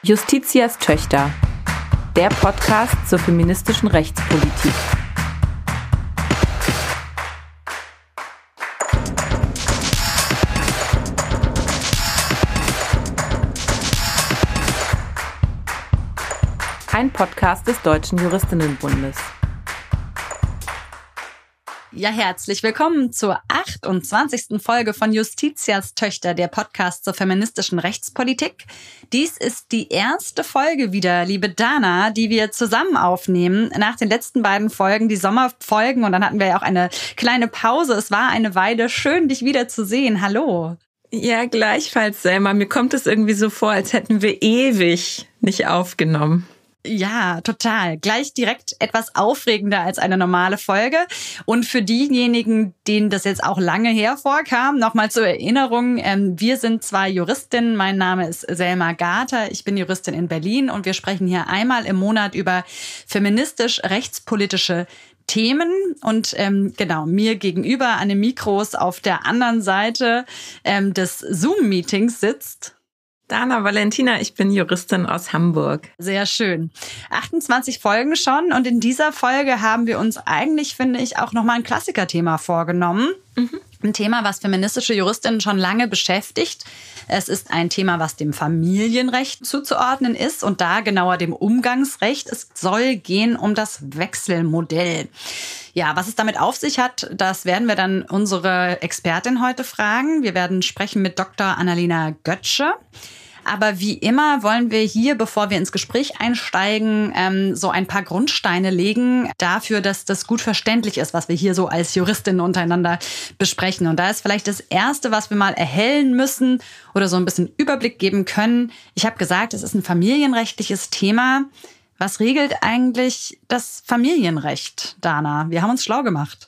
Justitias Töchter, der Podcast zur feministischen Rechtspolitik. Ein Podcast des Deutschen Juristinnenbundes. Ja, herzlich willkommen zur 28. Folge von Justitias Töchter, der Podcast zur feministischen Rechtspolitik. Dies ist die erste Folge wieder, liebe Dana, die wir zusammen aufnehmen. Nach den letzten beiden Folgen, die Sommerfolgen, und dann hatten wir ja auch eine kleine Pause. Es war eine Weile schön, dich wieder zu sehen. Hallo. Ja, gleichfalls, Selma. Mir kommt es irgendwie so vor, als hätten wir ewig nicht aufgenommen. Ja, total. Gleich direkt etwas aufregender als eine normale Folge. Und für diejenigen, denen das jetzt auch lange hervorkam, nochmal zur Erinnerung, wir sind zwei Juristinnen. Mein Name ist Selma Gater. Ich bin Juristin in Berlin und wir sprechen hier einmal im Monat über feministisch-rechtspolitische Themen und genau, mir gegenüber an den Mikros auf der anderen Seite des Zoom-Meetings sitzt Dana Valentina, ich bin Juristin aus Hamburg. Sehr schön. 28 Folgen schon und in dieser Folge haben wir uns eigentlich, finde ich, auch nochmal ein Klassikerthema vorgenommen. Ein Thema, was feministische Juristinnen schon lange beschäftigt. Es ist ein Thema, was dem Familienrecht zuzuordnen ist und da genauer dem Umgangsrecht. Es soll gehen um das Wechselmodell. Ja, was es damit auf sich hat, das werden wir dann unsere Expertin heute fragen. Wir werden sprechen mit Dr. Annalena Götzsche. Aber wie immer wollen wir hier, bevor wir ins Gespräch einsteigen, so ein paar Grundsteine legen dafür, dass das gut verständlich ist, was wir hier so als Juristinnen untereinander besprechen. Und da ist vielleicht das Erste, was wir mal erhellen müssen oder so ein bisschen Überblick geben können. Ich habe gesagt, es ist ein familienrechtliches Thema. Was regelt eigentlich das Familienrecht, Dana? Wir haben uns schlau gemacht.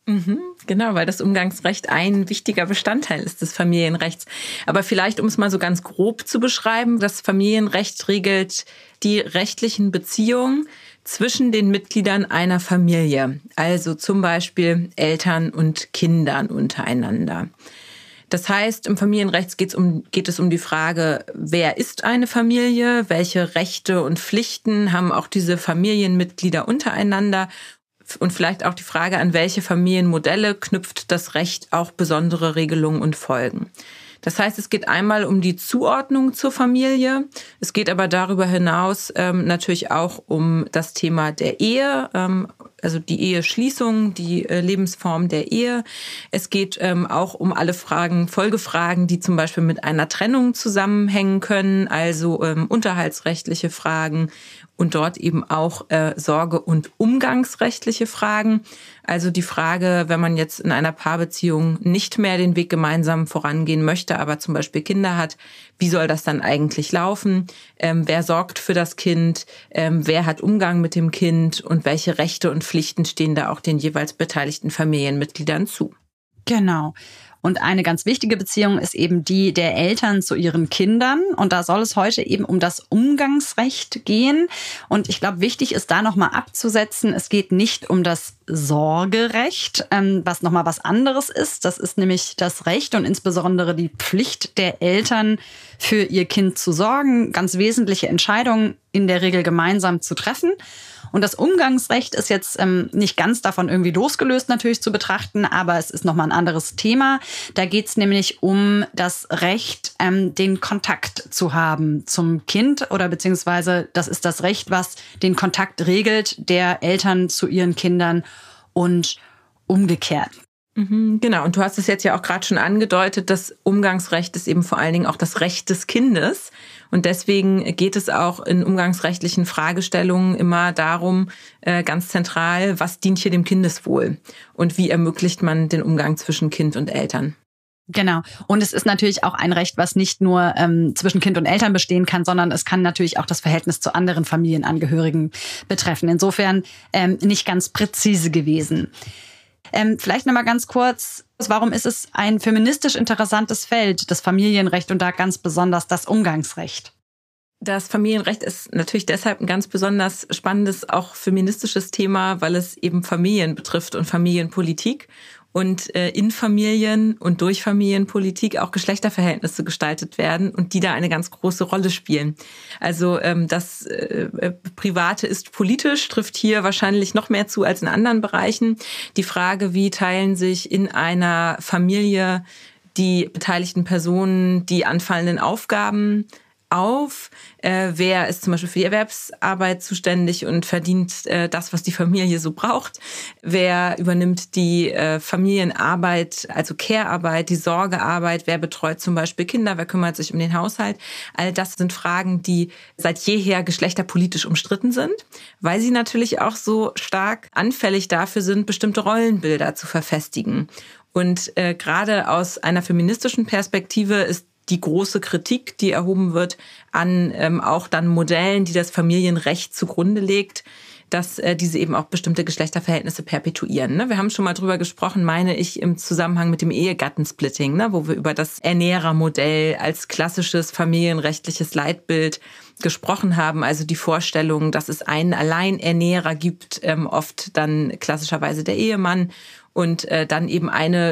Genau, weil das Umgangsrecht ein wichtiger Bestandteil ist des Familienrechts. Aber vielleicht, um es mal so ganz grob zu beschreiben, das Familienrecht regelt die rechtlichen Beziehungen zwischen den Mitgliedern einer Familie, also zum Beispiel Eltern und Kindern untereinander. Das heißt, im Familienrecht geht es um die Frage, wer ist eine Familie, welche Rechte und Pflichten haben auch diese Familienmitglieder untereinander und vielleicht auch die Frage, an welche Familienmodelle knüpft das Recht auch besondere Regelungen und Folgen. Das heißt, es geht einmal um die Zuordnung zur Familie. Es geht aber darüber hinaus natürlich auch um das Thema der Ehe, also die Eheschließung, die Lebensform der Ehe. Es geht auch um alle Folgefragen, die zum Beispiel mit einer Trennung zusammenhängen können, also unterhaltsrechtliche Fragen und dort eben auch Sorge- und umgangsrechtliche Fragen. Also die Frage, wenn man jetzt in einer Paarbeziehung nicht mehr den Weg gemeinsam vorangehen möchte, aber zum Beispiel Kinder hat, wie soll das dann eigentlich laufen? Wer sorgt für das Kind? Wer hat Umgang mit dem Kind? Und welche Rechte und Pflichten stehen da auch den jeweils beteiligten Familienmitgliedern zu? Genau. Und eine ganz wichtige Beziehung ist eben die der Eltern zu ihren Kindern. Und da soll es heute eben um das Umgangsrecht gehen. Und ich glaube, wichtig ist da nochmal abzusetzen, es geht nicht um das Sorgerecht, was nochmal was anderes ist. Das ist nämlich das Recht und insbesondere die Pflicht der Eltern, für ihr Kind zu sorgen, ganz wesentliche Entscheidungen in der Regel gemeinsam zu treffen. Und das Umgangsrecht ist jetzt nicht ganz davon irgendwie losgelöst natürlich zu betrachten, aber es ist nochmal ein anderes Thema. Da geht es nämlich um das Recht, den Kontakt zu haben zum Kind oder beziehungsweise das ist das Recht, was den Kontakt regelt der Eltern zu ihren Kindern und umgekehrt. Genau, und du hast es jetzt ja auch gerade schon angedeutet, das Umgangsrecht ist eben vor allen Dingen auch das Recht des Kindes. Und deswegen geht es auch in umgangsrechtlichen Fragestellungen immer darum, ganz zentral, was dient hier dem Kindeswohl und wie ermöglicht man den Umgang zwischen Kind und Eltern. Genau. Und es ist natürlich auch ein Recht, was nicht nur zwischen Kind und Eltern bestehen kann, sondern es kann natürlich auch das Verhältnis zu anderen Familienangehörigen betreffen. Insofern nicht ganz präzise gewesen. Vielleicht nochmal ganz kurz, warum ist es ein feministisch interessantes Feld, das Familienrecht und da ganz besonders das Umgangsrecht? Das Familienrecht ist natürlich deshalb ein ganz besonders spannendes, auch feministisches Thema, weil es eben Familien betrifft und Familienpolitik. und in Familien und durch Familienpolitik auch Geschlechterverhältnisse gestaltet werden und die da eine ganz große Rolle spielen. Also das Private ist politisch, trifft hier wahrscheinlich noch mehr zu als in anderen Bereichen. Die Frage, wie teilen sich in einer Familie die beteiligten Personen die anfallenden Aufgaben auf? Wer ist zum Beispiel für die Erwerbsarbeit zuständig und verdient das, was die Familie so braucht? Wer übernimmt die Familienarbeit, also Care-Arbeit, die Sorgearbeit? Wer betreut zum Beispiel Kinder? Wer kümmert sich um den Haushalt? All das sind Fragen, die seit jeher geschlechterpolitisch umstritten sind, weil sie natürlich auch so stark anfällig dafür sind, bestimmte Rollenbilder zu verfestigen. Und gerade aus einer feministischen Perspektive ist die große Kritik, die erhoben wird an auch dann Modellen, die das Familienrecht zugrunde legt, dass diese eben auch bestimmte Geschlechterverhältnisse perpetuieren. Ne? Wir haben schon mal drüber gesprochen, meine ich, im Zusammenhang mit dem Ehegattensplitting, ne? Wo wir über das Ernährermodell als klassisches familienrechtliches Leitbild gesprochen haben. Also die Vorstellung, dass es einen Alleinernährer gibt, oft dann klassischerweise der Ehemann, und dann eben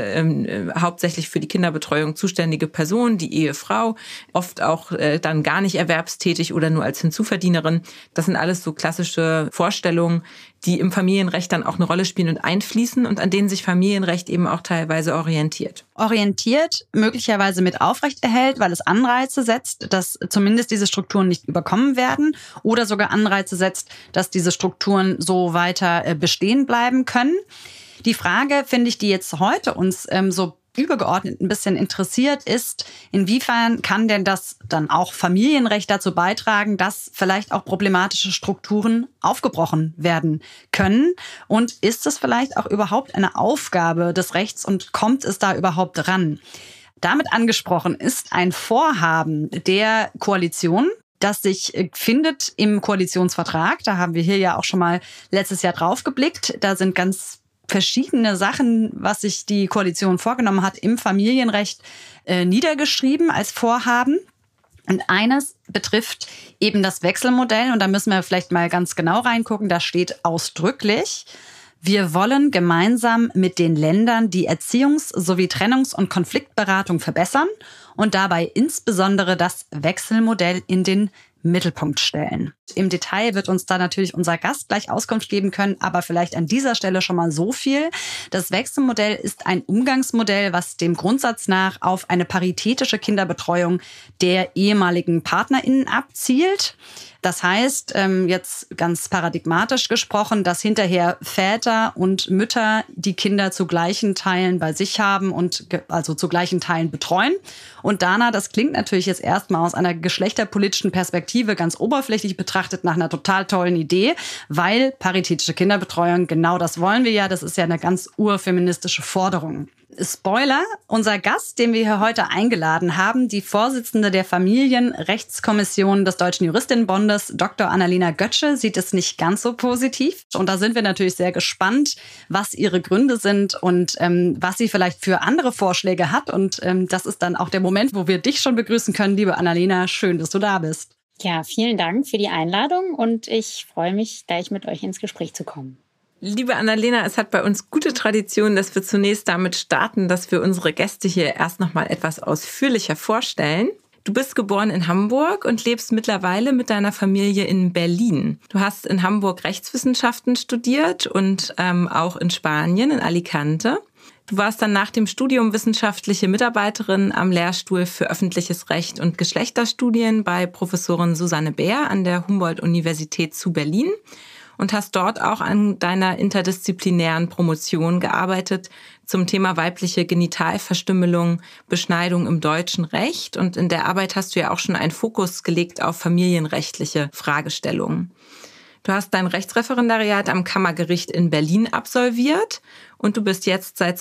eine hauptsächlich für die Kinderbetreuung zuständige Person, die Ehefrau, oft auch dann gar nicht erwerbstätig oder nur als Hinzuverdienerin. Das sind alles so klassische Vorstellungen, die im Familienrecht dann auch eine Rolle spielen und einfließen und an denen sich Familienrecht eben auch teilweise orientiert. Orientiert, möglicherweise mit aufrechterhält, weil es Anreize setzt, dass zumindest diese Strukturen nicht überkommen werden, oder sogar Anreize setzt, dass diese Strukturen so weiter bestehen bleiben können. Die Frage, finde ich, die jetzt heute uns so übergeordnet ein bisschen interessiert, ist, inwiefern kann denn das dann auch Familienrecht dazu beitragen, dass vielleicht auch problematische Strukturen aufgebrochen werden können? Und ist es vielleicht auch überhaupt eine Aufgabe des Rechts und kommt es da überhaupt ran? Damit angesprochen ist ein Vorhaben der Koalition, das sich findet im Koalitionsvertrag. Da haben wir hier ja auch schon mal letztes Jahr drauf geblickt. Da sind ganz verschiedene Sachen, was sich die Koalition vorgenommen hat, im Familienrecht niedergeschrieben als Vorhaben. Und eines betrifft eben das Wechselmodell. Und da müssen wir vielleicht mal ganz genau reingucken. Da steht ausdrücklich: Wir wollen gemeinsam mit den Ländern die Erziehungs- sowie Trennungs- und Konfliktberatung verbessern und dabei insbesondere das Wechselmodell in den Mittelpunkt stellen. Im Detail wird uns da natürlich unser Gast gleich Auskunft geben können, aber vielleicht an dieser Stelle schon mal so viel. Das Wechselmodell ist ein Umgangsmodell, was dem Grundsatz nach auf eine paritätische Kinderbetreuung der ehemaligen PartnerInnen abzielt. Das heißt, jetzt ganz paradigmatisch gesprochen, dass hinterher Väter und Mütter die Kinder zu gleichen Teilen bei sich haben und also zu gleichen Teilen betreuen. Und Dana, das klingt natürlich jetzt erstmal aus einer geschlechterpolitischen Perspektive ganz oberflächlich betrachtet nach einer total tollen Idee, weil paritätische Kinderbetreuung, genau das wollen wir ja, das ist ja eine ganz urfeministische Forderung. Spoiler, unser Gast, den wir hier heute eingeladen haben, die Vorsitzende der Familienrechtskommission des Deutschen Juristinnenbundes, Dr. Annalena Götzsche, sieht es nicht ganz so positiv. Und da sind wir natürlich sehr gespannt, was ihre Gründe sind und was sie vielleicht für andere Vorschläge hat. Und das ist dann auch der Moment, wo wir dich schon begrüßen können, liebe Annalena. Schön, dass du da bist. Ja, vielen Dank für die Einladung und ich freue mich, gleich mit euch ins Gespräch zu kommen. Liebe Annalena, es hat bei uns gute Tradition, dass wir zunächst damit starten, dass wir unsere Gäste hier erst noch mal etwas ausführlicher vorstellen. Du bist geboren in Hamburg und lebst mittlerweile mit deiner Familie in Berlin. Du hast in Hamburg Rechtswissenschaften studiert und auch in Spanien, in Alicante. Du warst dann nach dem Studium wissenschaftliche Mitarbeiterin am Lehrstuhl für öffentliches Recht und Geschlechterstudien bei Professorin Susanne Bär an der Humboldt-Universität zu Berlin und hast dort auch an deiner interdisziplinären Promotion gearbeitet zum Thema weibliche Genitalverstümmelung, Beschneidung im deutschen Recht. Und in der Arbeit hast du ja auch schon einen Fokus gelegt auf familienrechtliche Fragestellungen. Du hast dein Rechtsreferendariat am Kammergericht in Berlin absolviert und du bist jetzt seit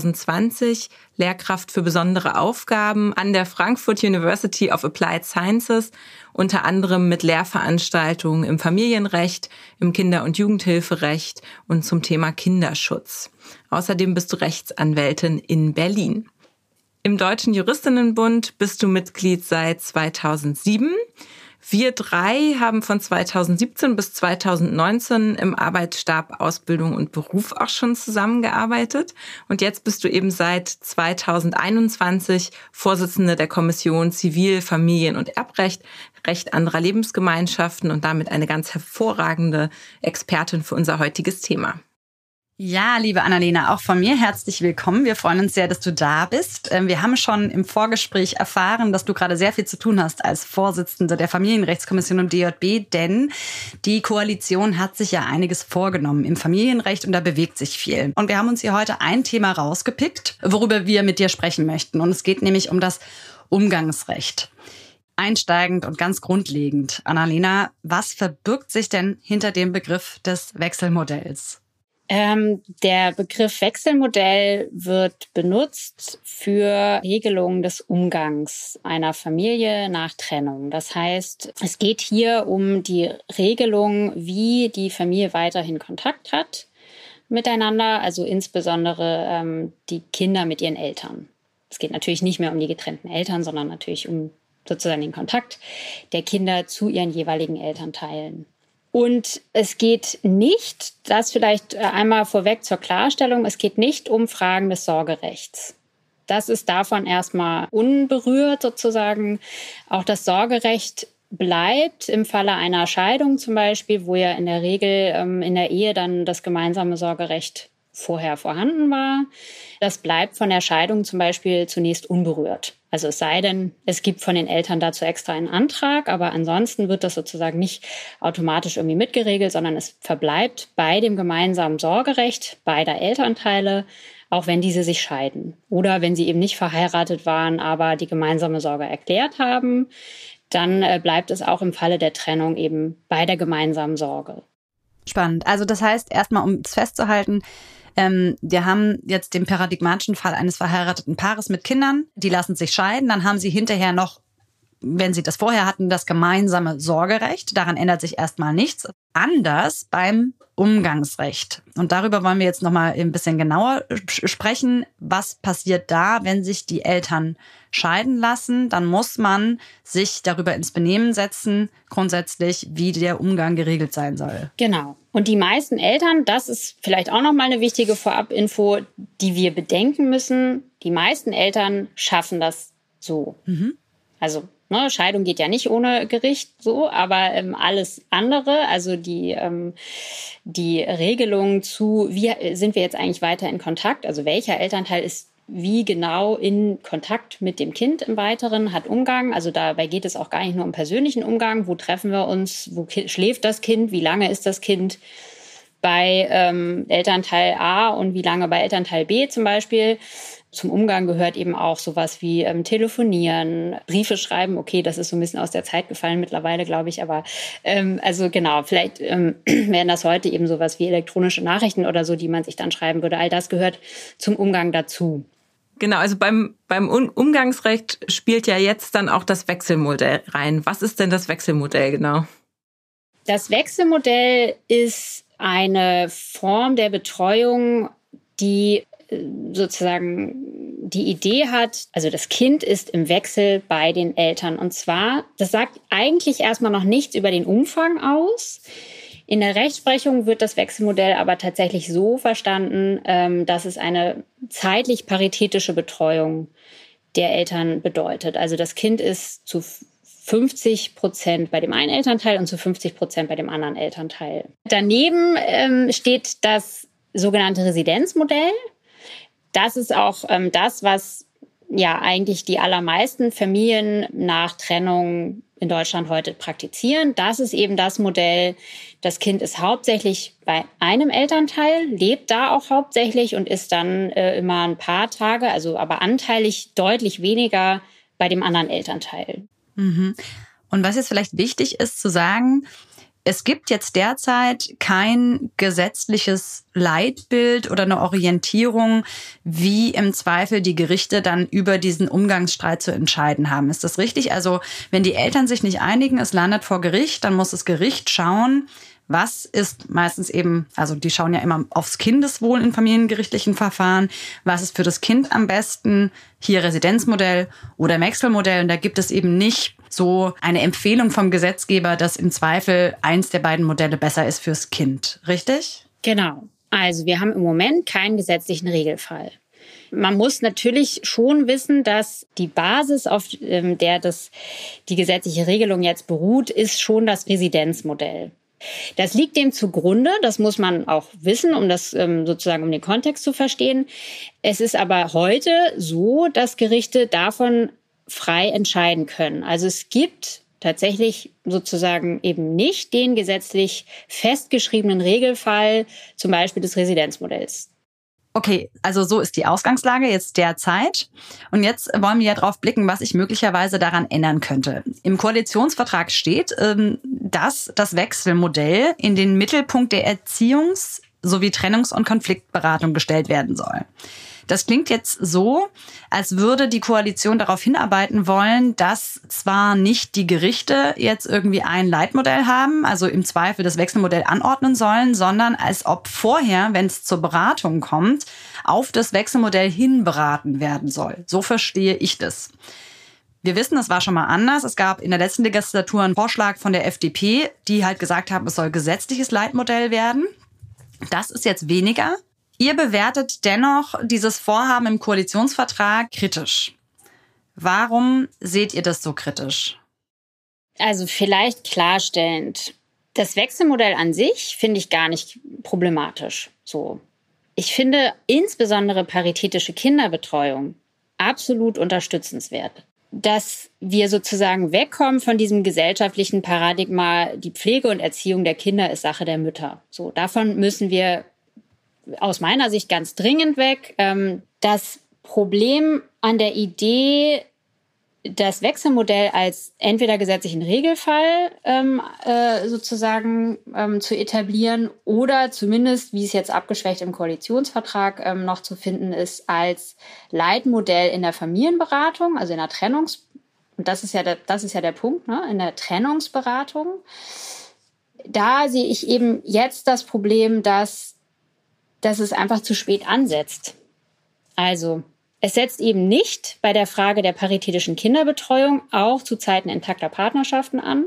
2020 Lehrkraft für besondere Aufgaben an der Frankfurt University of Applied Sciences, unter anderem mit Lehrveranstaltungen im Familienrecht, im Kinder- und Jugendhilferecht und zum Thema Kinderschutz. Außerdem bist du Rechtsanwältin in Berlin. Im Deutschen Juristinnenbund bist du Mitglied seit 2007. Wir drei haben von 2017 bis 2019 im Arbeitsstab Ausbildung und Beruf auch schon zusammengearbeitet. Und jetzt bist du eben seit 2021 Vorsitzende der Kommission Zivil-, Familien- und Erbrecht, Recht anderer Lebensgemeinschaften und damit eine ganz hervorragende Expertin für unser heutiges Thema. Ja, liebe Annalena, auch von mir herzlich willkommen. Wir freuen uns sehr, dass du da bist. Wir haben schon im Vorgespräch erfahren, dass du gerade sehr viel zu tun hast als Vorsitzende der Familienrechtskommission im DJB, denn die Koalition hat sich ja einiges vorgenommen im Familienrecht und da bewegt sich viel. Und wir haben uns hier heute ein Thema rausgepickt, worüber wir mit dir sprechen möchten. Und es geht nämlich um das Umgangsrecht. Einsteigend und ganz grundlegend, Annalena, was verbirgt sich denn hinter dem Begriff des Wechselmodells? Der Begriff Wechselmodell wird benutzt für Regelungen des Umgangs einer Familie nach Trennung. Das heißt, es geht hier um die Regelung, wie die Familie weiterhin Kontakt hat miteinander, also insbesondere die Kinder mit ihren Eltern. Es geht natürlich nicht mehr um die getrennten Eltern, sondern natürlich um sozusagen den Kontakt der Kinder zu ihren jeweiligen Elternteilen. Und es geht nicht, das vielleicht einmal vorweg zur Klarstellung, es geht nicht um Fragen des Sorgerechts. Das ist davon erstmal unberührt sozusagen. Auch das Sorgerecht bleibt im Falle einer Scheidung zum Beispiel, wo ja in der Regel in der Ehe dann das gemeinsame Sorgerecht vorher vorhanden war. Das bleibt von der Scheidung zum Beispiel zunächst unberührt. Also es sei denn, es gibt von den Eltern dazu extra einen Antrag, aber ansonsten wird das sozusagen nicht automatisch irgendwie mitgeregelt, sondern es verbleibt bei dem gemeinsamen Sorgerecht beider Elternteile, auch wenn diese sich scheiden. Oder wenn sie eben nicht verheiratet waren, aber die gemeinsame Sorge erklärt haben, dann bleibt es auch im Falle der Trennung eben bei der gemeinsamen Sorge. Spannend. Also das heißt, erstmal, um es festzuhalten, wir haben jetzt den paradigmatischen Fall eines verheirateten Paares mit Kindern, die lassen sich scheiden, dann haben sie hinterher noch, wenn sie das vorher hatten, das gemeinsame Sorgerecht. Daran ändert sich erstmal nichts. Anders beim Umgangsrecht. Und darüber wollen wir jetzt nochmal ein bisschen genauer sprechen. Was passiert da, wenn sich die Eltern scheiden lassen? Dann muss man sich darüber ins Benehmen setzen, grundsätzlich, wie der Umgang geregelt sein soll. Genau. Und die meisten Eltern, das ist vielleicht auch nochmal eine wichtige Vorabinfo, die wir bedenken müssen. Die meisten Eltern schaffen das so. Also Scheidung geht ja nicht ohne Gericht so, aber alles andere, also die Regelung zu, wie sind wir jetzt eigentlich weiter in Kontakt, also welcher Elternteil ist wie genau in Kontakt mit dem Kind im Weiteren, hat Umgang, also dabei geht es auch gar nicht nur um persönlichen Umgang, wo treffen wir uns, wo schläft das Kind, wie lange ist das Kind bei Elternteil A und wie lange bei Elternteil B zum Beispiel. Zum Umgang gehört eben auch sowas wie Telefonieren, Briefe schreiben. Okay, das ist so ein bisschen aus der Zeit gefallen mittlerweile, glaube ich. Aber also genau, vielleicht wären das heute eben sowas wie elektronische Nachrichten oder so, die man sich dann schreiben würde. All das gehört zum Umgang dazu. Genau, also beim Umgangsrecht spielt ja jetzt dann auch das Wechselmodell rein. Was ist denn das Wechselmodell genau? Das Wechselmodell ist eine Form der Betreuung, die sozusagen die Idee hat, also das Kind ist im Wechsel bei den Eltern. Und zwar, das sagt eigentlich erstmal noch nichts über den Umfang aus. In der Rechtsprechung wird das Wechselmodell aber tatsächlich so verstanden, dass es eine zeitlich paritätische Betreuung der Eltern bedeutet. Also das Kind ist zu 50% bei dem einen Elternteil und zu 50% bei dem anderen Elternteil. Daneben steht das sogenannte Residenzmodell. Das ist auch das, was ja eigentlich die allermeisten Familien nach Trennung in Deutschland heute praktizieren. Das ist eben das Modell, das Kind ist hauptsächlich bei einem Elternteil, lebt da auch hauptsächlich und ist dann immer ein paar Tage, also aber anteilig deutlich weniger bei dem anderen Elternteil. Mhm. Und was jetzt vielleicht wichtig ist zu sagen, es gibt jetzt derzeit kein gesetzliches Leitbild oder eine Orientierung, wie im Zweifel die Gerichte dann über diesen Umgangsstreit zu entscheiden haben. Ist das richtig? Also wenn die Eltern sich nicht einigen, es landet vor Gericht, dann muss das Gericht schauen, Was ist meistens eben, also die schauen ja immer aufs Kindeswohl in familiengerichtlichen Verfahren. Was ist für das Kind am besten? Hier Residenzmodell oder Wechselmodell. Und da gibt es eben nicht so eine Empfehlung vom Gesetzgeber, dass im Zweifel eins der beiden Modelle besser ist fürs Kind. Richtig? Genau. Also wir haben im Moment keinen gesetzlichen Regelfall. Man muss natürlich schon wissen, dass die Basis, auf der die gesetzliche Regelung jetzt beruht, ist schon das Residenzmodell. Das liegt dem zugrunde, das muss man auch wissen, um das sozusagen um den Kontext zu verstehen. Es ist aber heute so, dass Gerichte davon frei entscheiden können. Also es gibt tatsächlich sozusagen eben nicht den gesetzlich festgeschriebenen Regelfall, zum Beispiel des Residenzmodells. Okay, also so ist die Ausgangslage jetzt derzeit. Und jetzt wollen wir ja drauf blicken, was sich möglicherweise daran ändern könnte. Im Koalitionsvertrag steht, dass das Wechselmodell in den Mittelpunkt der Erziehungs- sowie Trennungs- und Konfliktberatung gestellt werden soll. Das klingt jetzt so, als würde die Koalition darauf hinarbeiten wollen, dass zwar nicht die Gerichte jetzt irgendwie ein Leitmodell haben, also im Zweifel das Wechselmodell anordnen sollen, sondern als ob vorher, wenn es zur Beratung kommt, auf das Wechselmodell hin beraten werden soll. So verstehe ich das. Wir wissen, das war schon mal anders. Es gab in der letzten Legislatur einen Vorschlag von der FDP, die halt gesagt haben, es soll gesetzliches Leitmodell werden. Das ist jetzt weniger. Ihr bewertet dennoch dieses Vorhaben im Koalitionsvertrag kritisch. Warum seht ihr das so kritisch? Also vielleicht klarstellend. Das Wechselmodell an sich finde ich gar nicht problematisch. So. Ich finde insbesondere paritätische Kinderbetreuung absolut unterstützenswert. Dass wir sozusagen wegkommen von diesem gesellschaftlichen Paradigma, die Pflege und Erziehung der Kinder ist Sache der Mütter. So, davon müssen wir aus meiner Sicht ganz dringend weg. Das Problem an der Idee, das Wechselmodell als entweder gesetzlichen Regelfall sozusagen zu etablieren oder zumindest, wie es jetzt abgeschwächt im Koalitionsvertrag noch zu finden ist, als Leitmodell in der Familienberatung, also in der und das ist ja der Punkt, ne? In der Trennungsberatung. Da sehe ich eben jetzt das Problem, dass es einfach zu spät ansetzt. Also, es setzt eben nicht bei der Frage der paritätischen Kinderbetreuung auch zu Zeiten intakter Partnerschaften an,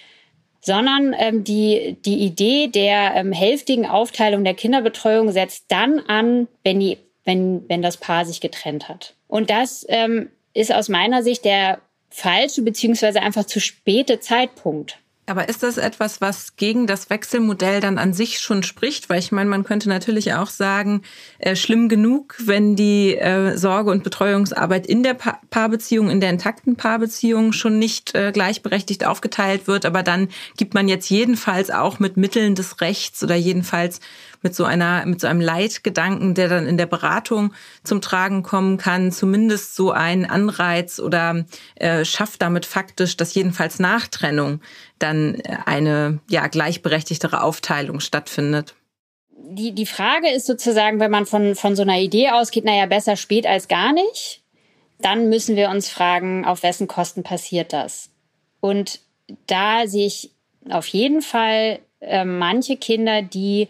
sondern die Idee der hälftigen Aufteilung der Kinderbetreuung setzt dann an, wenn das Paar sich getrennt hat. Und das ist aus meiner Sicht der falsche beziehungsweise einfach zu späte Zeitpunkt. Aber ist das etwas, was gegen das Wechselmodell dann an sich schon spricht? Weil ich meine, man könnte natürlich auch sagen, schlimm genug, wenn die Sorge- und Betreuungsarbeit in der Paarbeziehung, in der intakten Paarbeziehung schon nicht gleichberechtigt aufgeteilt wird. Aber dann gibt man jetzt jedenfalls auch mit Mitteln des Rechts oder jedenfalls mit so einem Leitgedanken, der dann in der Beratung zum Tragen kommen kann, zumindest so einen Anreiz oder schafft damit faktisch, dass jedenfalls nach Trennung dann eine gleichberechtigtere Aufteilung stattfindet. Die Frage ist sozusagen, wenn man von so einer Idee ausgeht, besser spät als gar nicht, dann müssen wir uns fragen, auf wessen Kosten passiert das? Und da sehe ich auf jeden Fall manche Kinder, die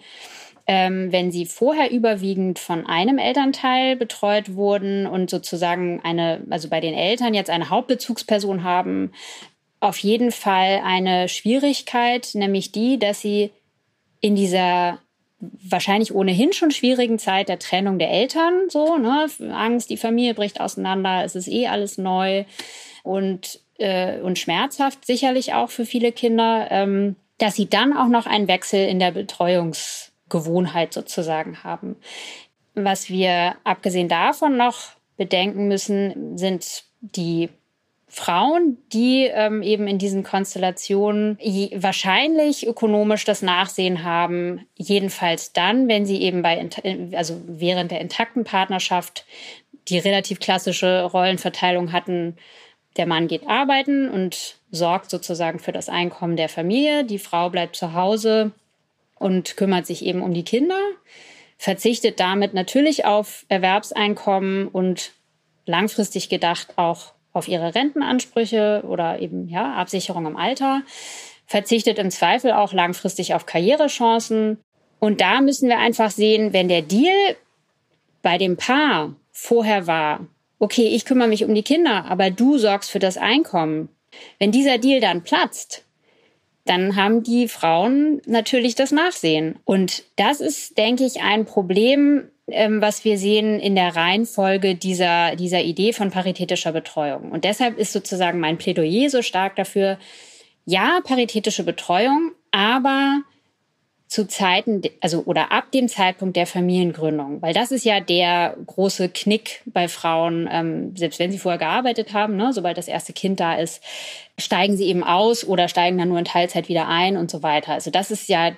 wenn sie vorher überwiegend von einem Elternteil betreut wurden und sozusagen also bei den Eltern jetzt eine Hauptbezugsperson haben, auf jeden Fall eine Schwierigkeit, nämlich die, dass sie in dieser wahrscheinlich ohnehin schon schwierigen Zeit der Trennung der Eltern, Angst, die Familie bricht auseinander, es ist alles neu und schmerzhaft sicherlich auch für viele Kinder, dass sie dann auch noch einen Wechsel in der Betreuungsgewohnheit sozusagen haben. Was wir abgesehen davon noch bedenken müssen, sind die Frauen, die eben in diesen Konstellationen wahrscheinlich ökonomisch das Nachsehen haben, jedenfalls dann, wenn sie eben während der intakten Partnerschaft die relativ klassische Rollenverteilung hatten, der Mann geht arbeiten und sorgt sozusagen für das Einkommen der Familie, die Frau bleibt zu Hause und kümmert sich eben um die Kinder, verzichtet damit natürlich auf Erwerbseinkommen und langfristig gedacht auch auf ihre Rentenansprüche oder eben Absicherung im Alter, verzichtet im Zweifel auch langfristig auf Karrierechancen. Und da müssen wir einfach sehen, wenn der Deal bei dem Paar vorher war, okay, ich kümmere mich um die Kinder, aber du sorgst für das Einkommen. Wenn dieser Deal dann platzt, dann haben die Frauen natürlich das Nachsehen. Und das ist, denke ich, ein Problem, was wir sehen in der Reihenfolge dieser Idee von paritätischer Betreuung. Und deshalb ist sozusagen mein Plädoyer so stark dafür, ja, paritätische Betreuung, aber zu Zeiten, oder ab dem Zeitpunkt der Familiengründung. Weil das ist ja der große Knick bei Frauen, selbst wenn sie vorher gearbeitet haben, ne, sobald das erste Kind da ist, steigen sie eben aus oder steigen dann nur in Teilzeit wieder ein und so weiter. Also das ist ja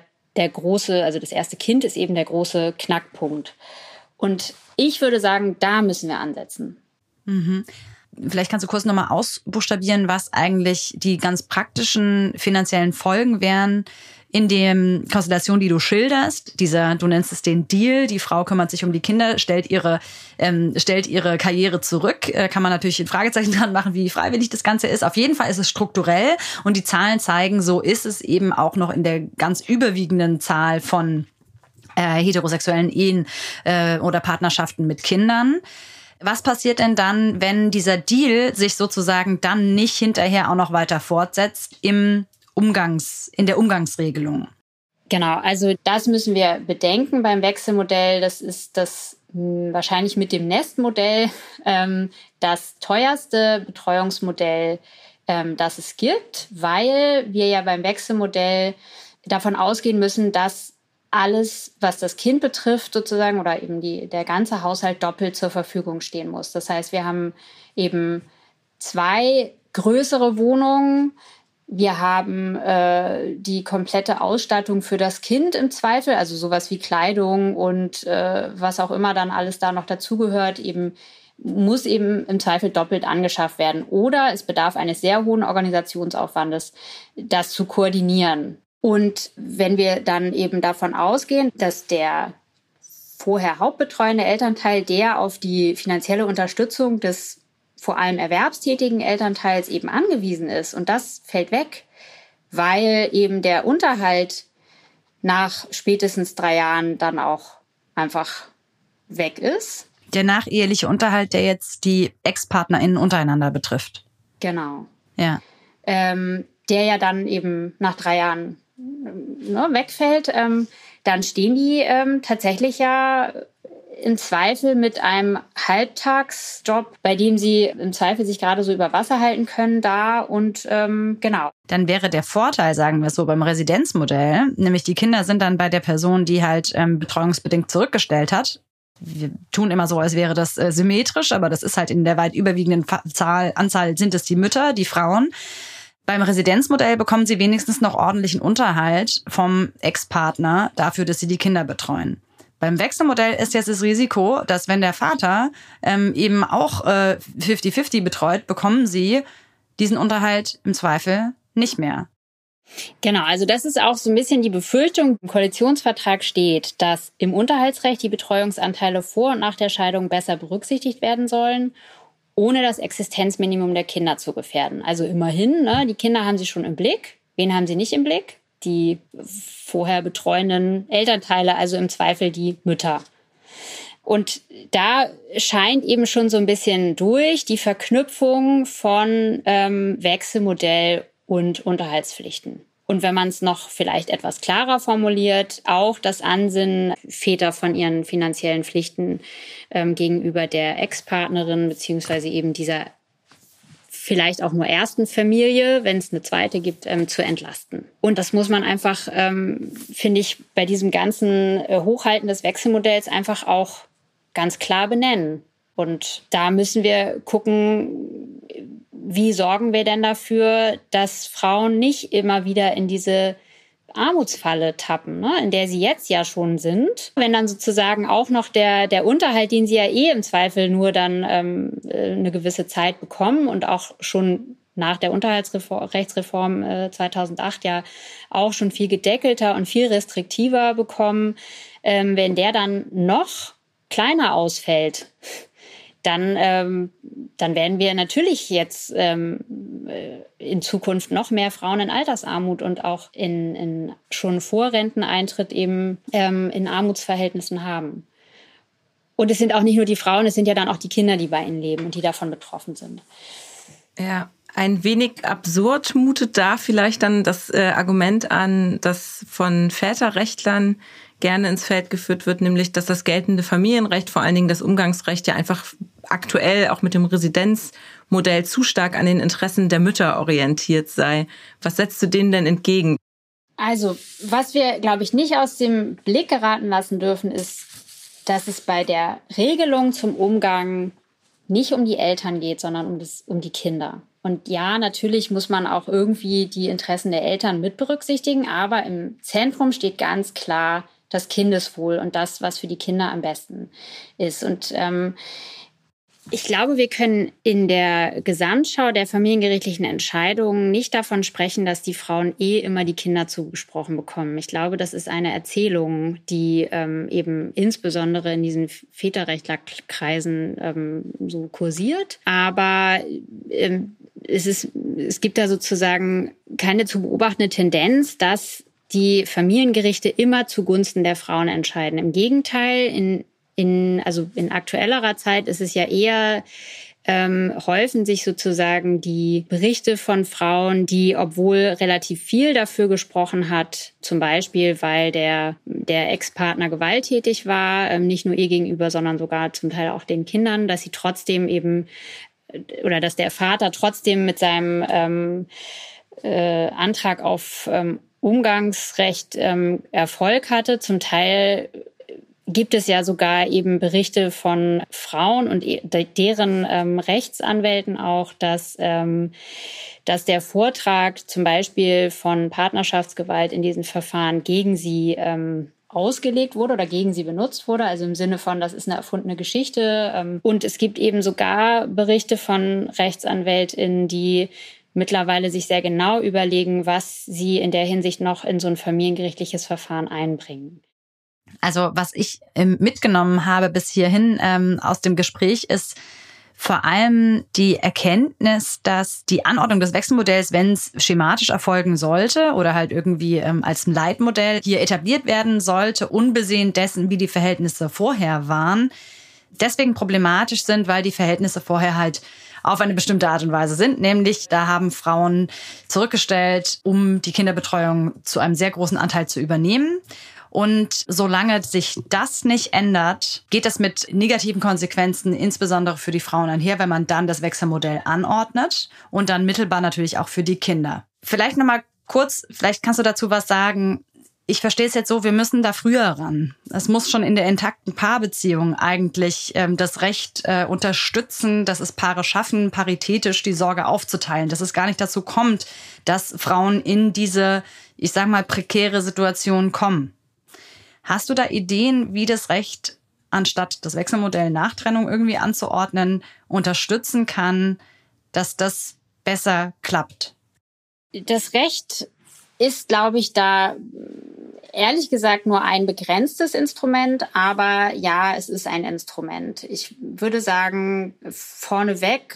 das erste Kind ist eben der große Knackpunkt. Und ich würde sagen, da müssen wir ansetzen. Mhm. Vielleicht kannst du kurz nochmal ausbuchstabieren, was eigentlich die ganz praktischen finanziellen Folgen wären in der Konstellation, die du schilderst. Du nennst es den Deal, die Frau kümmert sich um die Kinder, stellt ihre Karriere zurück. Kann man natürlich ein Fragezeichen dran machen, wie freiwillig das Ganze ist. Auf jeden Fall ist es strukturell und die Zahlen zeigen, so ist es eben auch noch in der ganz überwiegenden Zahl von heterosexuellen Ehen oder Partnerschaften mit Kindern. Was passiert denn dann, wenn dieser Deal sich sozusagen dann nicht hinterher auch noch weiter fortsetzt in der Umgangsregelung? Genau, also das müssen wir bedenken beim Wechselmodell. Das ist das wahrscheinlich mit dem Nestmodell das teuerste Betreuungsmodell, das es gibt, weil wir ja beim Wechselmodell davon ausgehen müssen, dass alles, was das Kind betrifft sozusagen oder eben der ganze Haushalt doppelt zur Verfügung stehen muss. Das heißt, wir haben eben 2 größere Wohnungen. Wir haben die komplette Ausstattung für das Kind im Zweifel, also sowas wie Kleidung und was auch immer dann alles da noch dazugehört, muss eben im Zweifel doppelt angeschafft werden. Oder es bedarf eines sehr hohen Organisationsaufwandes, das zu koordinieren. Und wenn wir dann eben davon ausgehen, dass der vorher hauptbetreuende Elternteil, der auf die finanzielle Unterstützung des vor allem erwerbstätigen Elternteils eben angewiesen ist, und das fällt weg, weil eben der Unterhalt nach spätestens 3 Jahren dann auch einfach weg ist. Der nacheheliche Unterhalt, der jetzt die Ex-PartnerInnen untereinander betrifft. Genau. Ja. Der ja dann eben nach 3 Jahren wegfällt, dann stehen die tatsächlich ja im Zweifel mit einem Halbtagsjob, bei dem sie im Zweifel sich gerade so über Wasser halten können, da und genau. Dann wäre der Vorteil, sagen wir es so, beim Residenzmodell, nämlich die Kinder sind dann bei der Person, die halt betreuungsbedingt zurückgestellt hat. Wir tun immer so, als wäre das symmetrisch, aber das ist halt in der weit überwiegenden Anzahl sind es die Mütter, die Frauen. Beim Residenzmodell bekommen sie wenigstens noch ordentlichen Unterhalt vom Ex-Partner dafür, dass sie die Kinder betreuen. Beim Wechselmodell ist jetzt das Risiko, dass wenn der Vater eben auch 50-50 betreut, bekommen sie diesen Unterhalt im Zweifel nicht mehr. Genau, also das ist auch so ein bisschen die Befürchtung. Im Koalitionsvertrag steht, dass im Unterhaltsrecht die Betreuungsanteile vor und nach der Scheidung besser berücksichtigt werden sollen, ohne das Existenzminimum der Kinder zu gefährden. Also immerhin, die Kinder haben sie schon im Blick. Wen haben sie nicht im Blick? Die vorher betreuenden Elternteile, also im Zweifel die Mütter. Und da scheint eben schon so ein bisschen durch die Verknüpfung von Wechselmodell und Unterhaltspflichten. Und wenn man es noch vielleicht etwas klarer formuliert, auch das Ansinnen, Väter von ihren finanziellen Pflichten gegenüber der Ex-Partnerin beziehungsweise eben dieser vielleicht auch nur ersten Familie, wenn es eine zweite gibt, zu entlasten. Und das muss man einfach, finde ich, bei diesem ganzen Hochhalten des Wechselmodells einfach auch ganz klar benennen. Und da müssen wir gucken, wie sorgen wir denn dafür, dass Frauen nicht immer wieder in diese Armutsfalle tappen, in der sie jetzt ja schon sind. Wenn dann sozusagen auch noch der Unterhalt, den sie ja im Zweifel nur dann eine gewisse Zeit bekommen und auch schon nach der Unterhaltsrechtsreform 2008 ja auch schon viel gedeckelter und viel restriktiver bekommen, wenn der dann noch kleiner ausfällt, dann werden wir natürlich jetzt in Zukunft noch mehr Frauen in Altersarmut und auch in schon vor Renteneintritt eben in Armutsverhältnissen haben. Und es sind auch nicht nur die Frauen, es sind ja dann auch die Kinder, die bei ihnen leben und die davon betroffen sind. Ja, ein wenig absurd mutet da vielleicht dann das Argument an, das von Väterrechtlern gerne ins Feld geführt wird, nämlich, dass das geltende Familienrecht, vor allen Dingen das Umgangsrecht, ja einfach aktuell auch mit dem Residenzmodell zu stark an den Interessen der Mütter orientiert sei. Was setzt du denen denn entgegen? Also, was wir, glaube ich, nicht aus dem Blick geraten lassen dürfen, ist, dass es bei der Regelung zum Umgang nicht um die Eltern geht, sondern um die Kinder. Und ja, natürlich muss man auch irgendwie die Interessen der Eltern mit berücksichtigen, aber im Zentrum steht ganz klar das Kindeswohl und das, was für die Kinder am besten ist. Und ich glaube, wir können in der Gesamtschau der familiengerichtlichen Entscheidungen nicht davon sprechen, dass die Frauen immer die Kinder zugesprochen bekommen. Ich glaube, das ist eine Erzählung, die eben insbesondere in diesen Väterrechtlerkreisen so kursiert. Aber es gibt da sozusagen keine zu beobachtende Tendenz, dass die Familiengerichte immer zugunsten der Frauen entscheiden. Im Gegenteil, in aktuellerer Zeit ist es ja eher, häufen sich sozusagen die Berichte von Frauen, die, obwohl relativ viel dafür gesprochen hat, zum Beispiel, weil der Ex-Partner gewalttätig war, nicht nur ihr gegenüber, sondern sogar zum Teil auch den Kindern, dass sie trotzdem eben, oder dass der Vater trotzdem mit seinem Antrag auf Umgangsrecht Erfolg hatte. Zum Teil gibt es ja sogar eben Berichte von Frauen und deren Rechtsanwälten auch, dass der Vortrag zum Beispiel von Partnerschaftsgewalt in diesen Verfahren gegen sie ausgelegt wurde oder gegen sie benutzt wurde, also im Sinne von, das ist eine erfundene Geschichte. Und es gibt eben sogar Berichte von RechtsanwältInnen, die mittlerweile sich sehr genau überlegen, was sie in der Hinsicht noch in so ein familiengerichtliches Verfahren einbringen. Also was ich mitgenommen habe bis hierhin aus dem Gespräch ist vor allem die Erkenntnis, dass die Anordnung des Wechselmodells, wenn es schematisch erfolgen sollte oder halt irgendwie als ein Leitmodell hier etabliert werden sollte, unbesehen dessen, wie die Verhältnisse vorher waren, deswegen problematisch sind, weil die Verhältnisse vorher halt auf eine bestimmte Art und Weise sind. Nämlich, da haben Frauen zurückgestellt, um die Kinderbetreuung zu einem sehr großen Anteil zu übernehmen. Und solange sich das nicht ändert, geht das mit negativen Konsequenzen, insbesondere für die Frauen einher, wenn man dann das Wechselmodell anordnet und dann mittelbar natürlich auch für die Kinder. Vielleicht nochmal kurz, vielleicht kannst du dazu was sagen. Ich verstehe es jetzt so, wir müssen da früher ran. Es muss schon in der intakten Paarbeziehung eigentlich das Recht unterstützen, dass es Paare schaffen, paritätisch die Sorge aufzuteilen. Dass es gar nicht dazu kommt, dass Frauen in diese, ich sag mal, prekäre Situation kommen. Hast du da Ideen, wie das Recht, anstatt das Wechselmodell nach Trennung irgendwie anzuordnen, unterstützen kann, dass das besser klappt? Das Recht ist, glaube ich, da ehrlich gesagt nur ein begrenztes Instrument, aber ja, es ist ein Instrument. Ich würde sagen, vorneweg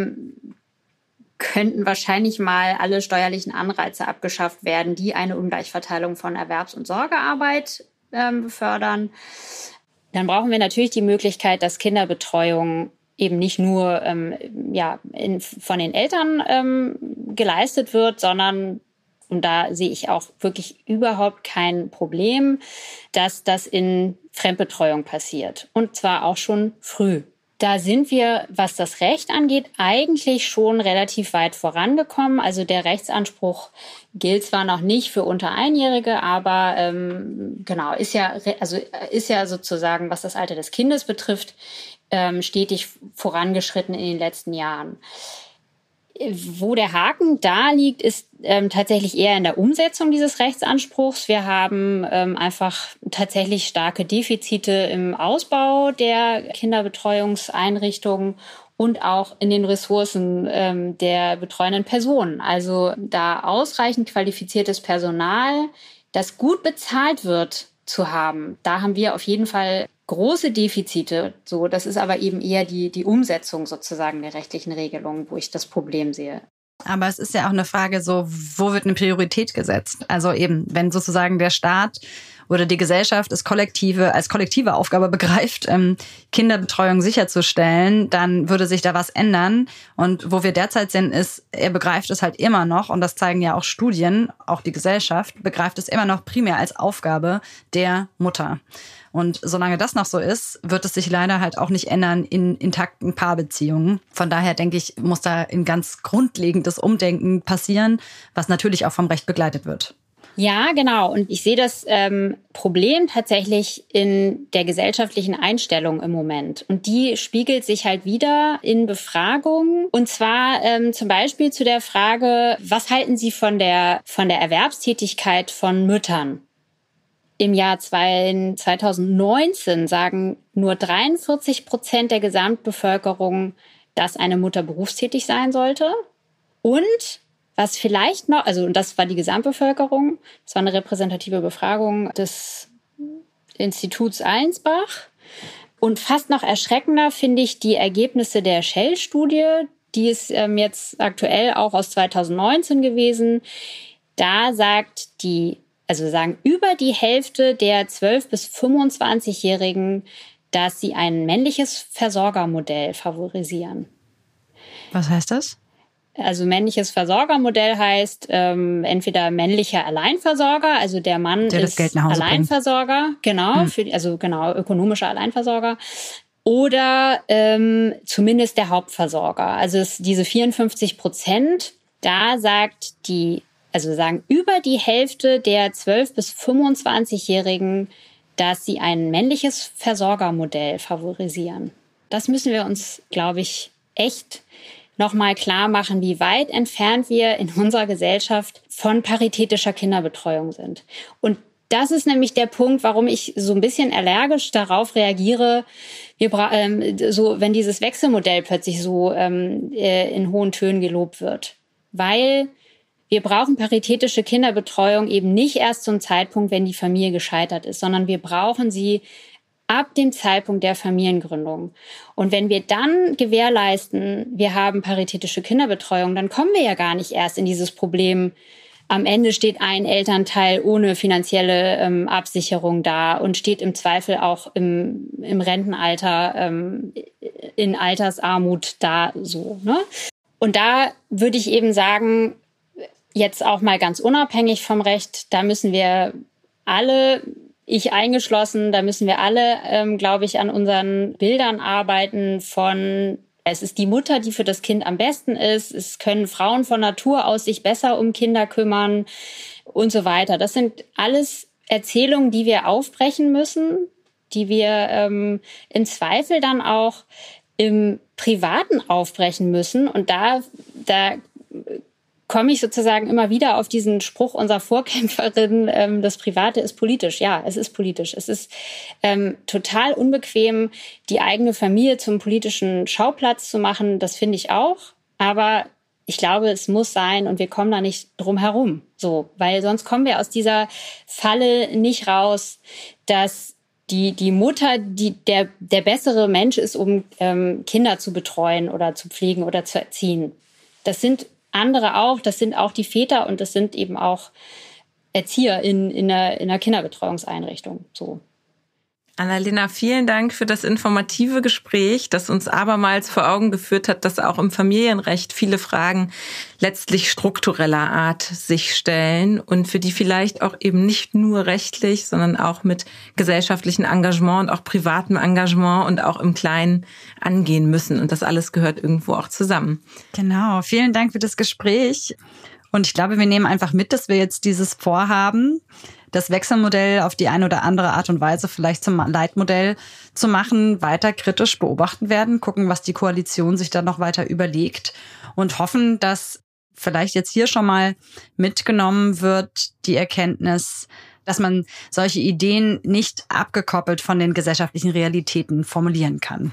könnten wahrscheinlich mal alle steuerlichen Anreize abgeschafft werden, die eine Ungleichverteilung von Erwerbs- und Sorgearbeit befördern. Dann brauchen wir natürlich die Möglichkeit, dass Kinderbetreuung eben nicht nur von den Eltern geleistet wird, sondern, und da sehe ich auch wirklich überhaupt kein Problem, dass das in Fremdbetreuung passiert. Und zwar auch schon früh. Da sind wir, was das Recht angeht, eigentlich schon relativ weit vorangekommen. Also der Rechtsanspruch gilt zwar noch nicht für unter Einjährige, aber ist ja sozusagen, was das Alter des Kindes betrifft, stetig vorangeschritten in den letzten Jahren. Wo der Haken da liegt, ist tatsächlich eher in der Umsetzung dieses Rechtsanspruchs. Wir haben einfach tatsächlich starke Defizite im Ausbau der Kinderbetreuungseinrichtungen und auch in den Ressourcen der betreuenden Personen. Also da ausreichend qualifiziertes Personal, das gut bezahlt wird, zu haben. Da haben wir auf jeden Fall große Defizite. So, das ist aber eben eher die Umsetzung sozusagen der rechtlichen Regelung, wo ich das Problem sehe. Aber es ist ja auch eine Frage so, wo wird eine Priorität gesetzt? Also eben, wenn sozusagen der Staat oder die Gesellschaft als kollektive Aufgabe begreift, Kinderbetreuung sicherzustellen, dann würde sich da was ändern. Und wo wir derzeit sind, ist, er begreift es halt immer noch, und das zeigen ja auch Studien, auch die Gesellschaft, begreift es immer noch primär als Aufgabe der Mutter. Und solange das noch so ist, wird es sich leider halt auch nicht ändern in intakten Paarbeziehungen. Von daher denke ich, muss da ein ganz grundlegendes Umdenken passieren, was natürlich auch vom Recht begleitet wird. Ja, genau. Und ich sehe das Problem tatsächlich in der gesellschaftlichen Einstellung im Moment. Und die spiegelt sich halt wieder in Befragungen. Und zwar zum Beispiel zu der Frage, was halten Sie von der Erwerbstätigkeit von Müttern? Im Jahr 2019 sagen nur 43% der Gesamtbevölkerung, dass eine Mutter berufstätig sein sollte. Und was vielleicht noch, also das war die Gesamtbevölkerung, das war eine repräsentative Befragung des Instituts Allensbach. Und fast noch erschreckender finde ich die Ergebnisse der Shell-Studie, die ist jetzt aktuell auch aus 2019 gewesen. Da sagen über die Hälfte der 12- bis 25-Jährigen, dass sie ein männliches Versorgermodell favorisieren. Was heißt das? Also männliches Versorgermodell heißt entweder männlicher Alleinversorger, also der Mann der ist bringt. Alleinversorger, genau, ökonomischer Alleinversorger, oder zumindest der Hauptversorger. Also diese 54%, da sagen über die Hälfte der 12- bis 25-Jährigen, dass sie ein männliches Versorgermodell favorisieren. Das müssen wir uns, glaube ich, echt nochmal klar machen, wie weit entfernt wir in unserer Gesellschaft von paritätischer Kinderbetreuung sind. Und das ist nämlich der Punkt, warum ich so ein bisschen allergisch darauf reagiere, wenn dieses Wechselmodell plötzlich so in hohen Tönen gelobt wird. Weil wir brauchen paritätische Kinderbetreuung eben nicht erst zum Zeitpunkt, wenn die Familie gescheitert ist, sondern wir brauchen sie ab dem Zeitpunkt der Familiengründung. Und wenn wir dann gewährleisten, wir haben paritätische Kinderbetreuung, dann kommen wir ja gar nicht erst in dieses Problem, am Ende steht ein Elternteil ohne finanzielle Absicherung da und steht im Zweifel auch im Rentenalter in Altersarmut da so, ne? Und da würde ich eben sagen, jetzt auch mal ganz unabhängig vom Recht, da müssen wir alle, ich eingeschlossen, da müssen wir alle, glaube ich, an unseren Bildern arbeiten von, es ist die Mutter, die für das Kind am besten ist, es können Frauen von Natur aus sich besser um Kinder kümmern und so weiter. Das sind alles Erzählungen, die wir aufbrechen müssen, die wir im Zweifel dann auch im Privaten aufbrechen müssen. Und da komme ich sozusagen immer wieder auf diesen Spruch unserer Vorkämpferin, das Private ist politisch. Ja, es ist politisch. Es ist total unbequem, die eigene Familie zum politischen Schauplatz zu machen. Das finde ich auch. Aber ich glaube, es muss sein und wir kommen da nicht drum herum. So, weil sonst kommen wir aus dieser Falle nicht raus, dass die Mutter der bessere Mensch ist, um Kinder zu betreuen oder zu pflegen oder zu erziehen. Das sind andere auch, das sind auch die Väter und das sind eben auch Erzieher in einer Kinderbetreuungseinrichtung. So. Annalena, vielen Dank für das informative Gespräch, das uns abermals vor Augen geführt hat, dass auch im Familienrecht viele Fragen letztlich struktureller Art sich stellen und für die vielleicht auch eben nicht nur rechtlich, sondern auch mit gesellschaftlichem Engagement und auch privatem Engagement und auch im Kleinen angehen müssen. Und das alles gehört irgendwo auch zusammen. Genau, vielen Dank für das Gespräch. Und ich glaube, wir nehmen einfach mit, dass wir jetzt dieses Vorhaben, das Wechselmodell auf die eine oder andere Art und Weise vielleicht zum Leitmodell zu machen, weiter kritisch beobachten werden, gucken, was die Koalition sich dann noch weiter überlegt und hoffen, dass vielleicht jetzt hier schon mal mitgenommen wird, die Erkenntnis, dass man solche Ideen nicht abgekoppelt von den gesellschaftlichen Realitäten formulieren kann.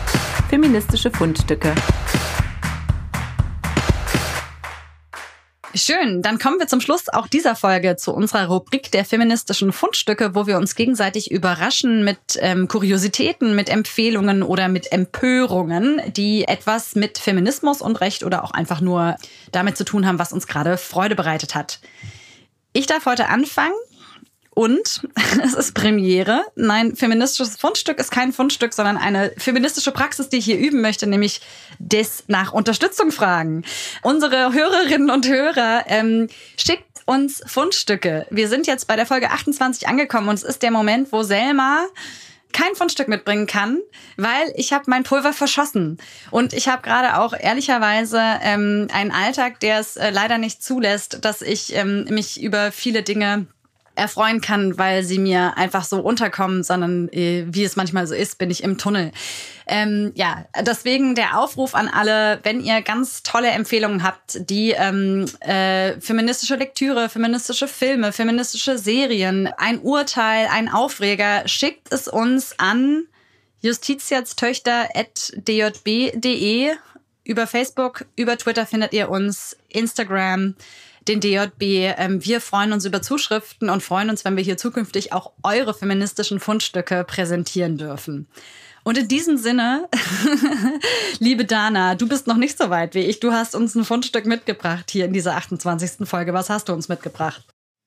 Feministische Fundstücke. Schön, dann kommen wir zum Schluss auch dieser Folge zu unserer Rubrik der feministischen Fundstücke, wo wir uns gegenseitig überraschen mit Kuriositäten, mit Empfehlungen oder mit Empörungen, die etwas mit Feminismus und Recht oder auch einfach nur damit zu tun haben, was uns gerade Freude bereitet hat. Ich darf heute anfangen. Und es ist Premiere. Nein, feministisches Fundstück ist kein Fundstück, sondern eine feministische Praxis, die ich hier üben möchte, nämlich das nach Unterstützung fragen. Unsere Hörerinnen und Hörer schickt uns Fundstücke. Wir sind jetzt bei der Folge 28 angekommen und es ist der Moment, wo Selma kein Fundstück mitbringen kann, weil ich habe mein Pulver verschossen. Und ich habe gerade auch ehrlicherweise einen Alltag, der es leider nicht zulässt, dass ich mich über viele Dinge erfreuen kann, weil sie mir einfach so unterkommen, sondern wie es manchmal so ist, bin ich im Tunnel. Deswegen der Aufruf an alle, wenn ihr ganz tolle Empfehlungen habt, die feministische Lektüre, feministische Filme, feministische Serien, ein Urteil, ein Aufreger, schickt es uns an justitiatstöchter@djb.de. Über Facebook, über Twitter findet ihr uns, Instagram, den DJB. Wir freuen uns über Zuschriften und freuen uns, wenn wir hier zukünftig auch eure feministischen Fundstücke präsentieren dürfen. Und in diesem Sinne, liebe Dana, du bist noch nicht so weit wie ich. Du hast uns ein Fundstück mitgebracht hier in dieser 28. Folge. Was hast du uns mitgebracht?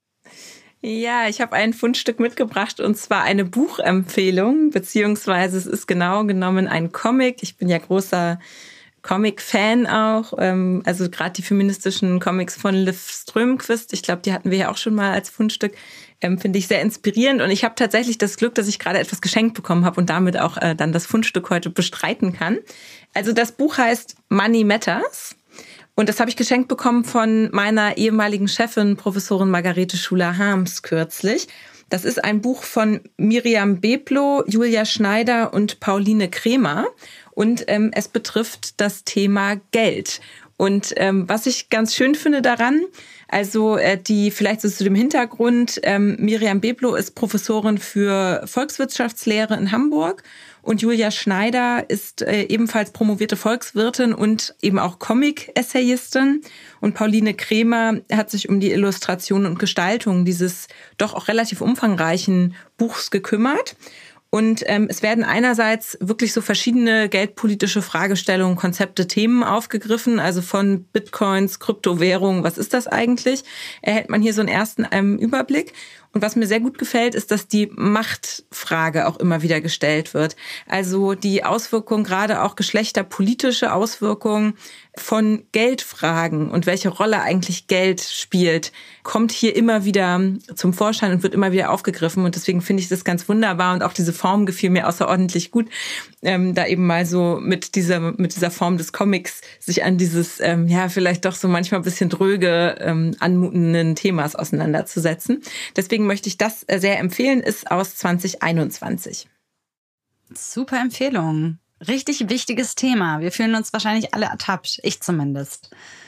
Ja, ich habe ein Fundstück mitgebracht und zwar eine Buchempfehlung, beziehungsweise es ist genau genommen ein Comic. Ich bin ja großer Comic-Fan auch, also gerade die feministischen Comics von Liv Strömquist, ich glaube, die hatten wir ja auch schon mal als Fundstück, finde ich sehr inspirierend und ich habe tatsächlich das Glück, dass ich gerade etwas geschenkt bekommen habe und damit auch dann das Fundstück heute bestreiten kann. Also das Buch heißt Money Matters und das habe ich geschenkt bekommen von meiner ehemaligen Chefin, Professorin Margarete Schuler-Harms kürzlich. Das ist ein Buch von Miriam Beblo, Julia Schneider und Pauline Kremer. Und es betrifft das Thema Geld. Und was ich ganz schön finde daran, also vielleicht so zu dem Hintergrund, Miriam Beblo ist Professorin für Volkswirtschaftslehre in Hamburg und Julia Schneider ist ebenfalls promovierte Volkswirtin und eben auch Comic-Essayistin. Und Pauline Kremer hat sich um die Illustration und Gestaltung dieses doch auch relativ umfangreichen Buchs gekümmert. Und es werden einerseits wirklich so verschiedene geldpolitische Fragestellungen, Konzepte, Themen aufgegriffen, also von Bitcoins, Kryptowährungen, was ist das eigentlich? Erhält man hier so einen ersten Überblick. Und was mir sehr gut gefällt, ist, dass die Machtfrage auch immer wieder gestellt wird. Also die Auswirkungen, gerade auch geschlechterpolitische Auswirkungen von Geldfragen und welche Rolle eigentlich Geld spielt, kommt hier immer wieder zum Vorschein und wird immer wieder aufgegriffen. Und deswegen finde ich das ganz wunderbar. Und auch diese Form gefiel mir außerordentlich gut, da eben mal so mit dieser Form des Comics sich an dieses, vielleicht doch so manchmal ein bisschen dröge anmutenden Themas auseinanderzusetzen. Deswegen möchte ich das sehr empfehlen, ist aus 2021. Super Empfehlung. Richtig wichtiges Thema. Wir fühlen uns wahrscheinlich alle ertappt. Ich zumindest.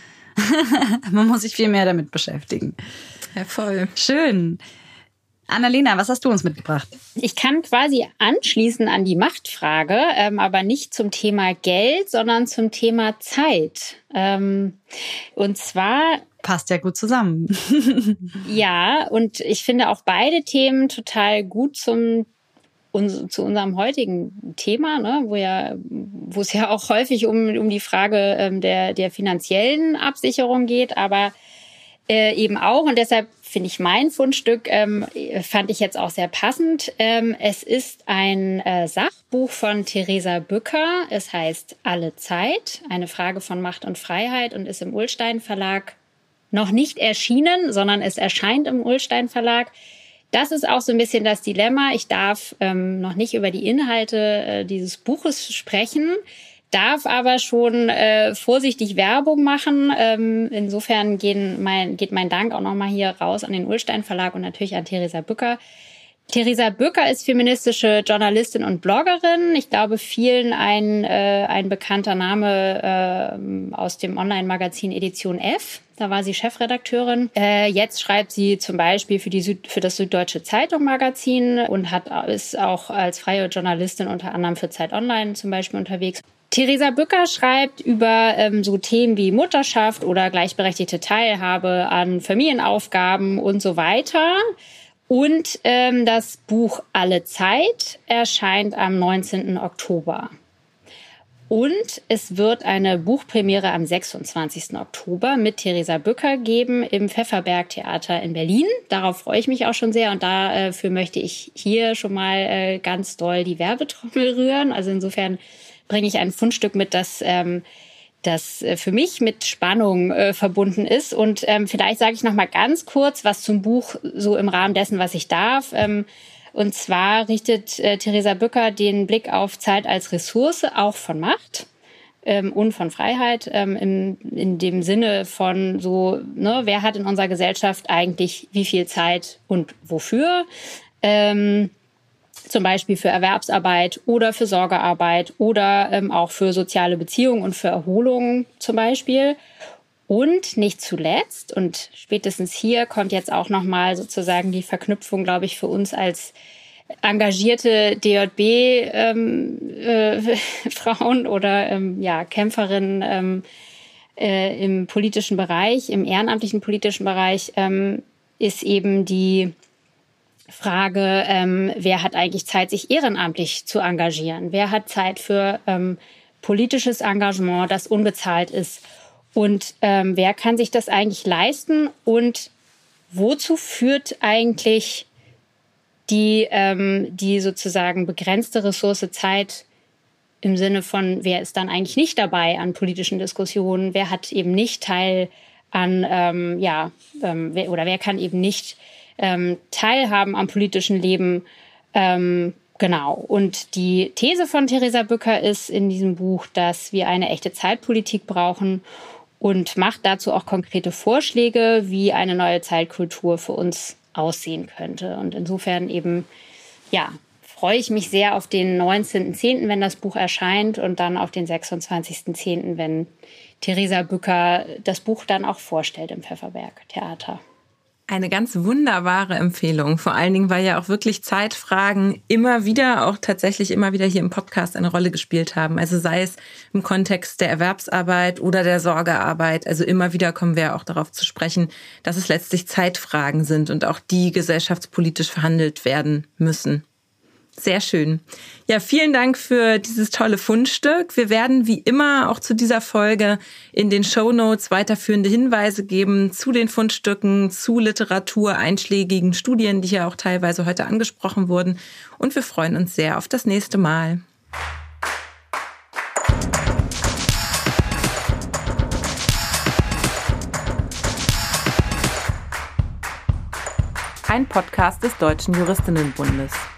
Man muss sich viel mehr damit beschäftigen. Ja, voll. Schön. Annalena, was hast du uns mitgebracht? Ich kann quasi anschließen an die Machtfrage, aber nicht zum Thema Geld, sondern zum Thema Zeit. Und zwar... Passt ja gut zusammen. Ja, und ich finde auch beide Themen total gut zu unserem heutigen Thema, ne, wo es ja auch häufig um die Frage der finanziellen Absicherung geht, aber eben auch, und deshalb finde ich mein Fundstück, fand ich jetzt auch sehr passend. Es ist ein Sachbuch von Theresa Bücker. Es heißt Alle Zeit, eine Frage von Macht und Freiheit und ist im Ullstein Verlag noch nicht erschienen, sondern es erscheint im Ullstein Verlag. Das ist auch so ein bisschen das Dilemma. Ich darf noch nicht über die Inhalte dieses Buches sprechen, darf aber schon vorsichtig Werbung machen. Insofern geht mein Dank auch nochmal hier raus an den Ullstein Verlag und natürlich an Theresa Bücker. Theresa Bücker ist feministische Journalistin und Bloggerin. Ich glaube, vielen ein bekannter Name aus dem Online-Magazin Edition F. Da war sie Chefredakteurin. Jetzt schreibt sie zum Beispiel für das Süddeutsche Zeitung-Magazin und ist auch als freie Journalistin unter anderem für Zeit Online zum Beispiel unterwegs. Theresa Bücker schreibt über so Themen wie Mutterschaft oder gleichberechtigte Teilhabe an Familienaufgaben und so weiter. Und das Buch Alle Zeit erscheint am 19. Oktober. Und es wird eine Buchpremiere am 26. Oktober mit Theresa Bücker geben im Pfefferberg-Theater in Berlin. Darauf freue ich mich auch schon sehr und dafür möchte ich hier schon mal ganz doll die Werbetrommel rühren. Also insofern bringe ich ein Fundstück mit, das für mich mit Spannung verbunden ist. Und vielleicht sage ich noch mal ganz kurz was zum Buch, so im Rahmen dessen, was ich darf. Und zwar richtet Theresa Bücker den Blick auf Zeit als Ressource, auch von Macht und von Freiheit, in dem Sinne von so, ne, wer hat in unserer Gesellschaft eigentlich wie viel Zeit und wofür? Zum Beispiel für Erwerbsarbeit oder für Sorgearbeit oder auch für soziale Beziehungen und für Erholung zum Beispiel. Und nicht zuletzt, und spätestens hier kommt jetzt auch nochmal sozusagen die Verknüpfung, glaube ich, für uns als engagierte DJB-Frauen oder Kämpferinnen im politischen Bereich, im ehrenamtlichen politischen Bereich, ist eben die Frage, wer hat eigentlich Zeit, sich ehrenamtlich zu engagieren? Wer hat Zeit für politisches Engagement, das unbezahlt ist? Und wer kann sich das eigentlich leisten? Und wozu führt eigentlich die sozusagen begrenzte Ressource Zeit im Sinne von, wer ist dann eigentlich nicht dabei an politischen Diskussionen? Wer hat eben nicht Teil an, wer kann eben nicht teilhaben am politischen Leben? Genau. Und die These von Theresa Bücker ist in diesem Buch, dass wir eine echte Zeitpolitik brauchen und macht dazu auch konkrete Vorschläge, wie eine neue Zeitkultur für uns aussehen könnte. Und insofern eben, freue ich mich sehr auf den 19.10., wenn das Buch erscheint und dann auf den 26.10., wenn Theresa Bücker das Buch dann auch vorstellt im Pfefferberg-Theater. Eine ganz wunderbare Empfehlung. Vor allen Dingen, weil ja auch wirklich Zeitfragen immer wieder hier im Podcast eine Rolle gespielt haben. Also sei es im Kontext der Erwerbsarbeit oder der Sorgearbeit. Also immer wieder kommen wir auch darauf zu sprechen, dass es letztlich Zeitfragen sind und auch die gesellschaftspolitisch verhandelt werden müssen. Sehr schön. Ja, vielen Dank für dieses tolle Fundstück. Wir werden wie immer auch zu dieser Folge in den Shownotes weiterführende Hinweise geben zu den Fundstücken, zu Literatur, einschlägigen Studien, die ja auch teilweise heute angesprochen wurden. Und wir freuen uns sehr auf das nächste Mal. Ein Podcast des Deutschen Juristinnenbundes.